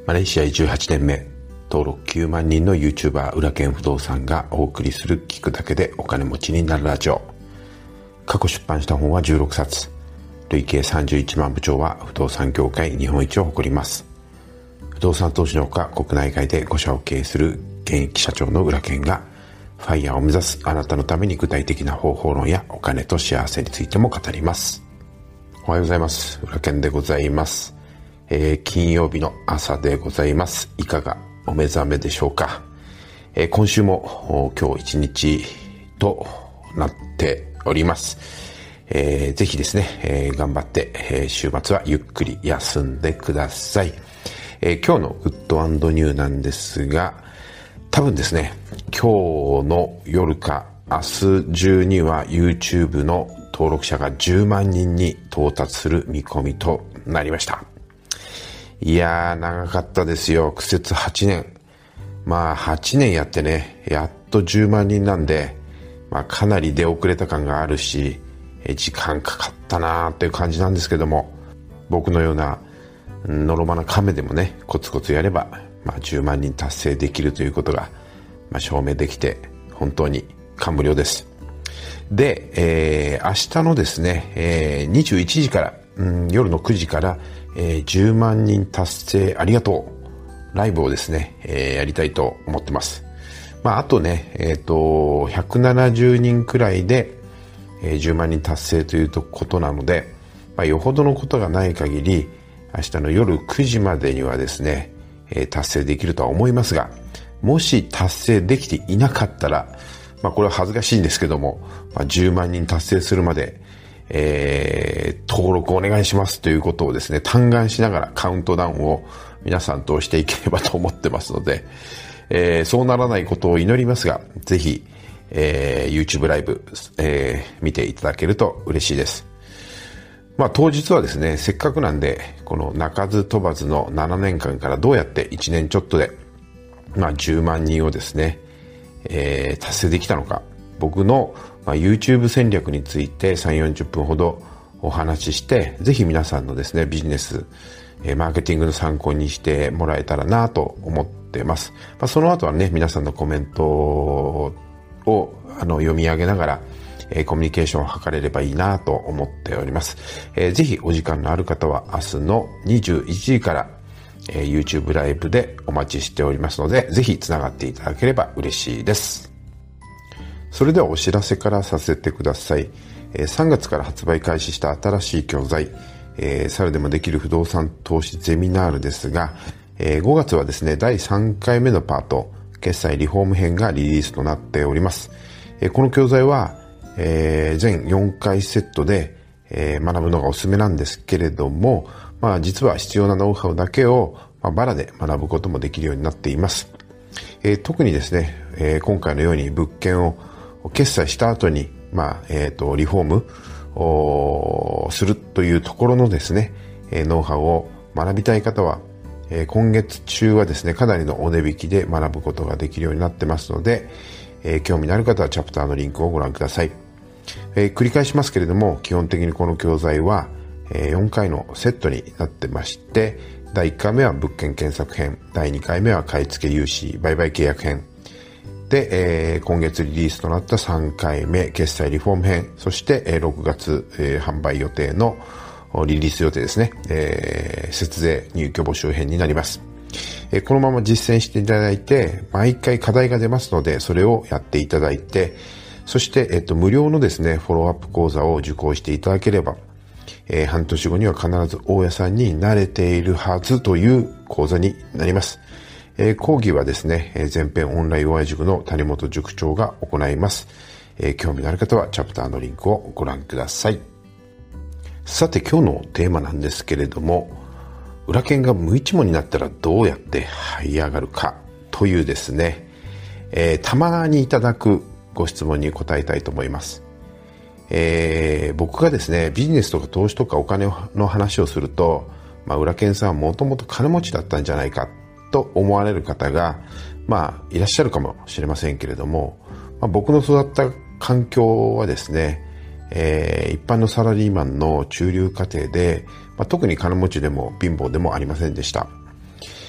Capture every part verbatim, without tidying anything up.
マレーシアじゅうはちねんめ、登録きゅうまんにんの YouTuber 裏剣不動産がお送りする聞くだけでお金持ちになるラジオ。過去出版した本はじゅうろくさつ、累計さんじゅういちまんぶちょうは不動産業界日本一を誇ります。不動産投資のほか国内外でご社を経営する現役社長の裏剣がファイヤーを目指すあなたのために具体的な方法論やお金と幸せについても語ります。おはようございます。裏剣でございます。えー、金曜日の朝でございます。いかがお目覚めでしょうか。えー、今週も今日一日となっております。えー、ぜひですね、えー、頑張って、えー、週末はゆっくり休んでください。えー、今日のグッド&ニューなんですが、多分ですね、今日の夜か明日中には YouTube の登録者がじゅうまんにんに到達する見込みとなりました。いやー長かったですよ。苦節はちねん。まあはちねんやってね、やっとじゅうまんにんなんで、まあかなり出遅れた感があるし、時間かかったなーという感じなんですけども、僕のようなのろまな亀でもね、コツコツやれば、まあじゅうまんにん達成できるということが、まあ、証明できて、本当に感無量です。で、えー、明日のですね、えー、にじゅういちじから、うん、夜のくじから、えー、じゅうまんにん達成ありがとうライブをですね、えー、やりたいと思ってます。まああとね、えっとひゃくななじゅうにんくらいで、えー、じゅうまんにん達成ということなので、まあ、よほどのことがない限り明日の夜くじまでにはですね、えー、達成できるとは思いますが、もし達成できていなかったら、まあこれは恥ずかしいんですけども、まあ、じゅうまんにん達成するまでえー、登録お願いしますということをですね、嘆願しながらカウントダウンを皆さんとしていければと思ってますので、えー、そうならないことを祈りますが、ぜひ、えー、YouTube ライブ、えー、見ていただけると嬉しいです。まあ当日はですね、せっかくなんで、この鳴かず飛ばずのななねんかんからどうやっていちねんちょっとで、まあじゅうまんにんをですね、えー、達成できたのか、僕のまあ、YouTube 戦略についてさんじゅうよんじゅっぷんほどお話しして、ぜひ皆さんのですね、ビジネス、えー、マーケティングの参考にしてもらえたらなと思ってます。まあ、その後はね、皆さんのコメントをあの読み上げながら、えー、コミュニケーションを図れればいいなと思っております。えー、ぜひお時間のある方は明日のにじゅういちじから、えー、YouTube ライブでお待ちしておりますので、ぜひつながっていただければ嬉しいです。それではお知らせからさせてください。さんがつから発売開始した新しい教材、猿でもできる不動産投資ゼミナールですが、ごがつはですね、だいさんかいめのパート、決済リフォーム編がリリースとなっております。この教材は、全よんかいセットで学ぶのがおすすめなんですけれども、まあ実は必要なノウハウだけをバラで学ぶこともできるようになっています。特にですね、今回のように物件を決済した後に、まあ、えっと、リフォームをするというところのですね、ノウハウを学びたい方は、今月中はですね、かなりのお値引きで学ぶことができるようになってますので、興味のある方はチャプターのリンクをご覧ください。繰り返しますけれども、基本的にこの教材はよんかいのセットになってまして、だいいっかいめは物件検索編、だいにかいめは買い付け融資売買契約編、で、えー、今月リリースとなったさんかいめ決済リフォーム編、そして、えー、ろくがつ、えー、販売予定のリリース予定ですね、えー、節税入居募集編になります。えー、このまま実践していただいて、毎回課題が出ますので、それをやっていただいて、そして、えっと、無料のですね、フォローアップ講座を受講していただければ、えー、半年後には必ず大家さんに慣れているはずという講座になります。えー、講義はですね、えー、全編オンライン大家塾の谷本塾長が行います。えー、興味のある方はチャプターのリンクをご覧ください。さて今日のテーマなんですけれども、裏剣が無一文になったらどうやって這い上がるかというですね、えー、たまにいただくご質問に答えたいと思います。えー、僕がですね、ビジネスとか投資とかお金の話をすると、まあ、裏剣さんはもともと金持ちだったんじゃないかと思われる方が、まあ、いらっしゃるかもしれませんけれども、まあ、僕の育った環境はですね、えー、一般のサラリーマンの中流家庭で、まあ、特に金持ちでも貧乏でもありませんでした。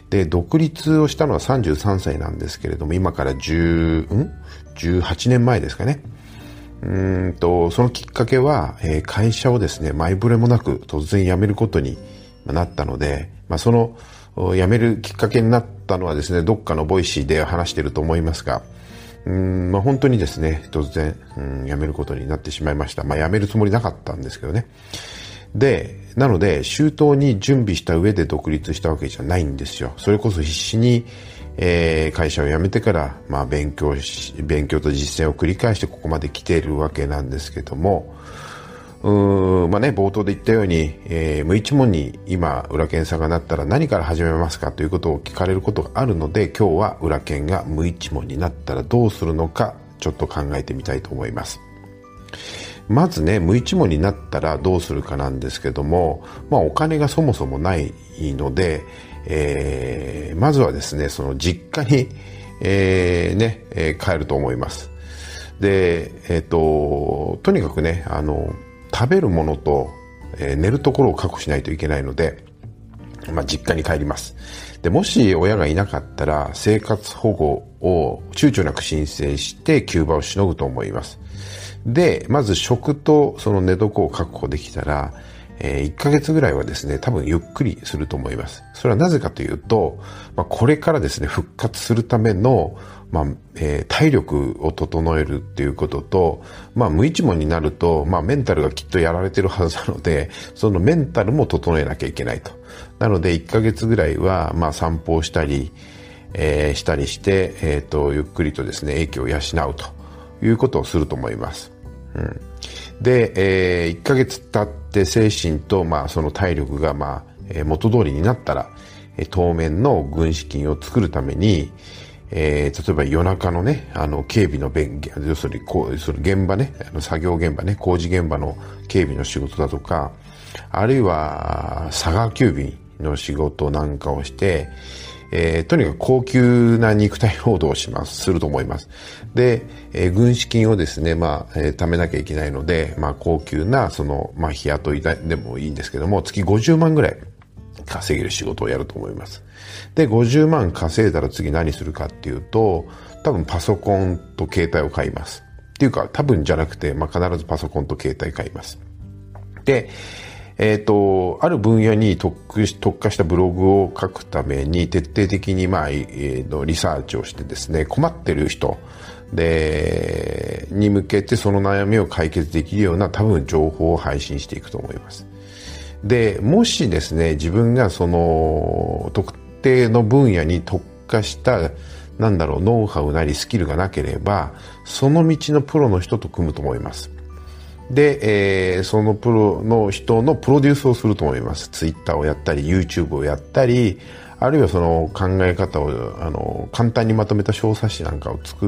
で、独立をしたのはさんじゅうさんさいなんですけれども、今からじゅう、ん ?じゅうはちねんまえですかね。うーんと、そのきっかけは、えー、会社をですね、前触れもなく突然辞めることになったので、まあ、その辞めるきっかけになったのはですね、どっかのボイシーで話していると思いますが、うーん、まあ、本当にですね、突然、うん、辞めることになってしまいました。まあ、辞めるつもりなかったんですけどね。で、なので、周到に準備した上で独立したわけじゃないんですよ。それこそ必死に、えー、会社を辞めてから、まあ、勉強し、勉強と実践を繰り返してここまで来ているわけなんですけども、うーん、まあね、冒頭で言ったように、えー、無一文に今、裏剣さんがなったら何から始めますかということを聞かれることがあるので、今日は裏剣が無一文になったらどうするのか、ちょっと考えてみたいと思います。まずね、無一文になったらどうするかなんですけども、まあお金がそもそもないので、えー、まずはですね、その実家に、えー、ね、えー、帰ると思います。で、えっと、とにかくね、あの、食べるものと、えー、寝るところを確保しないといけないので、まあ実家に帰ります。で、もし親がいなかったら、生活保護を躊躇なく申請して急場をしのぐと思います。で、まず食とその寝床を確保できたら、えー、いっかげつぐらいはですね、多分ゆっくりすると思います。それはなぜかというと、まあ、これからですね、復活するための、まあ、えー、体力を整えるっていうことと、まあ、無一文になると、まあ、メンタルがきっとやられてるはずなので、そのメンタルも整えなきゃいけないと。なので、いっかげつぐらいは、まあ、散歩をしたり、えー、したりして、えっと、ゆっくりとですね、英気を養うということをすると思います。うん、で、えー、いっかげつ経って精神と、まあ、その体力が、まあ、えー、元通りになったら、えー、当面の軍資金を作るために、えー、例えば夜中のね、あの、警備の弁、要するに、こう、その現場ね、あの作業現場ね、工事現場の警備の仕事だとか、あるいは、佐川急便の仕事なんかをして、えー、とにかく高級な肉体労働をします、すると思います。で、えー、軍資金をですね、まあ、えー、貯めなきゃいけないので、まあ、高級な、その、まあ、日雇いでもいいんですけども、月ごじゅうまんぐらい稼げる仕事をやると思います。で、ごじゅうまん稼いだら次何するかっていうと、多分パソコンと携帯を買います。っていうか、多分じゃなくて、まあ、必ずパソコンと携帯買います。で、えっと、ある分野に特特化したブログを書くために徹底的に、まあ、えー、リサーチをしてですね、困ってる人で、に向けてその悩みを解決できるような多分情報を配信していくと思います。で、もしですね、自分がその特定の分野に特化したなんだろう、ノウハウなりスキルがなければ、その道のプロの人と組むと思います。で、えー、そのプロの人のプロデュースをすると思います。ツイッターをやったり、YouTube をやったり、あるいはその考え方を、あの、簡単にまとめた小冊子なんかを作って、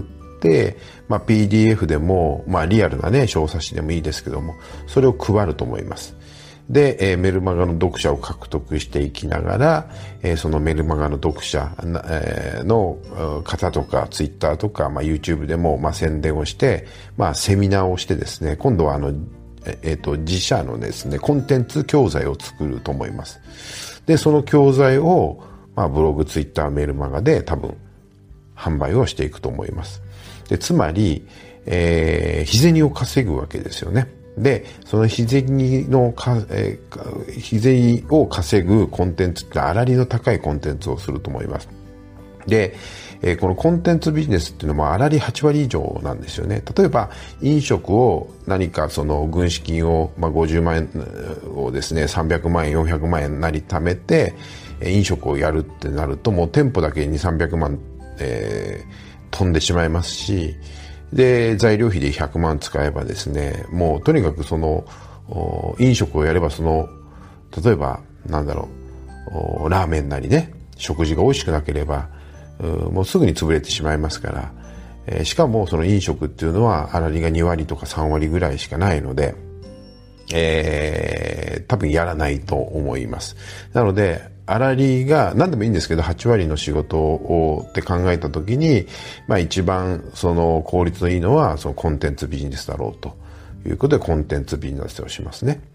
まあ ピーディーエフ でも、まあリアルなね、小冊子でもいいですけども、それを配ると思います。で、えー、メルマガの読者を獲得していきながら、えー、そのメルマガの読者、えー、の方とか、ツイッターとか、まあ、YouTube でも、まあ、宣伝をして、まあ、セミナーをしてですね、今度はあの、えっと、自社のですね、コンテンツ教材を作ると思います。で、その教材を、まあ、ブログ、ツイッター、メルマガで多分、販売をしていくと思います。で、つまり、えー、日銭を稼ぐわけですよね。で、その日銭のか、えー、日銭を稼ぐコンテンツって粗利の高いコンテンツをすると思います。で、えー、このコンテンツビジネスっていうのも粗利はちわり以上なんですよね。例えば、飲食を何かその軍資金を、まあ、ごじゅうまんえんをですね、さんびゃくまんえん、よんひゃくまんえんなり貯めて、飲食をやるってなると、もう店舗だけににせんさんびゃくまん、えー、飛んでしまいますし、で、材料費でひゃくまん使えばですね、もうとにかくその、飲食をやればその、例えば、なんだろう、ラーメンなりね、食事が美味しくなければ、もうすぐに潰れてしまいますから、えー、しかもその飲食っていうのは粗利がにわりとかさんわりぐらいしかないので、えー、多分やらないと思います。なので、粗利が何でもいいんですけどはちわりの仕事をって考えたときに、まあ一番その効率のいいのはそのコンテンツビジネスだろうということでコンテンツビジネスをしますね。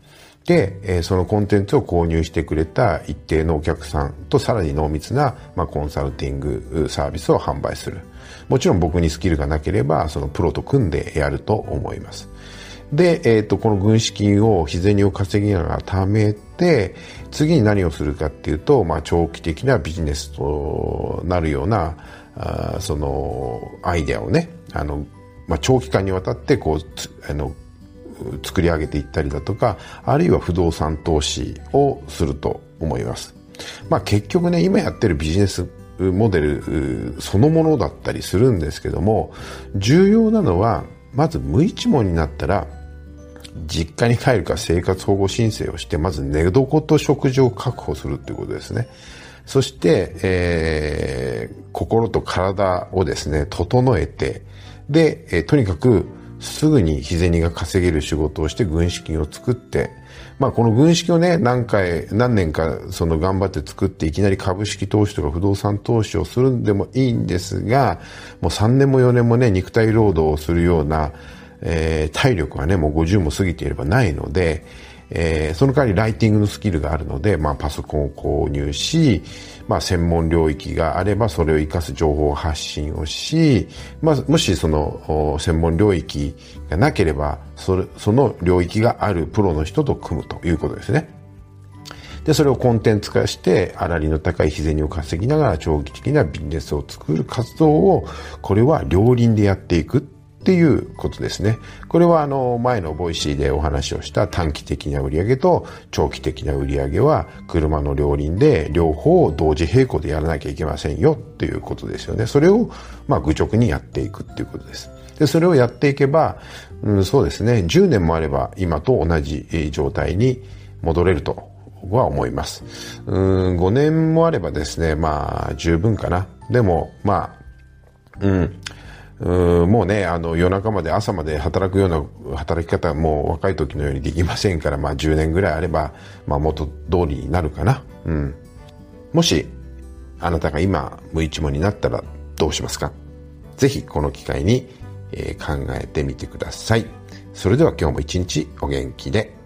で、えー、そのコンテンツを購入してくれた一定のお客さんとさらに濃密な、まあ、コンサルティングサービスを販売する。もちろん僕にスキルがなければそのプロと組んでやると思います。で、えっと、この軍資金を日銭を稼ぎながら貯めて、次に何をするかっていうと、まあ、長期的なビジネスとなるような、あその、アイデアをね、あの、まあ、長期間にわたって、こう、あの、作り上げていったりだとか、あるいは不動産投資をすると思います。まあ結局ね、今やってるビジネスモデルそのものだったりするんですけども、重要なのは、まず無一文になったら、実家に帰るか生活保護申請をして、まず寝床と食事を確保するっていうことですね。そして、えー、心と体をですね、整えて、で、えー、とにかく、すぐに日銭が稼げる仕事をして軍資金を作って、まあこの軍資金をね、何回、何年かその頑張って作っていきなり株式投資とか不動産投資をするんでもいいんですが、もうさんねんもよねんもね、肉体労働をするような、えー、体力がね、もうごじゅうも過ぎていればないので、えー、その代わりライティングのスキルがあるので、まあパソコンを購入し、まあ専門領域があればそれを活かす情報発信をし、まあもしその専門領域がなければ、それ、その領域があるプロの人と組むということですね。で、それをコンテンツ化して、粗利の高い日銭を稼ぎながら長期的なビジネスを作る活動を、これは両輪でやっていく。っていうことですね。これはあの前のボイシーでお話をした短期的な売上と長期的な売上は車の両輪で両方同時並行でやらなきゃいけませんよっていうことですよね。それをまあ愚直にやっていくっていうことです。で、それをやっていけば、うん、そうですね、じゅうねんもあれば今と同じ状態に戻れるとは思います。うん、ごねんもあればですね、まあ十分かな。でもまあ、うん。うんもうね、あの夜中まで朝まで働くような働き方はもう若い時のようにできませんから、まあじゅうねんぐらいあれば、まあ元通りになるかな。うん。もし、あなたが今無一文になったらどうしますか？ぜひこの機会に、えー、考えてみてください。それでは今日も一日お元気で。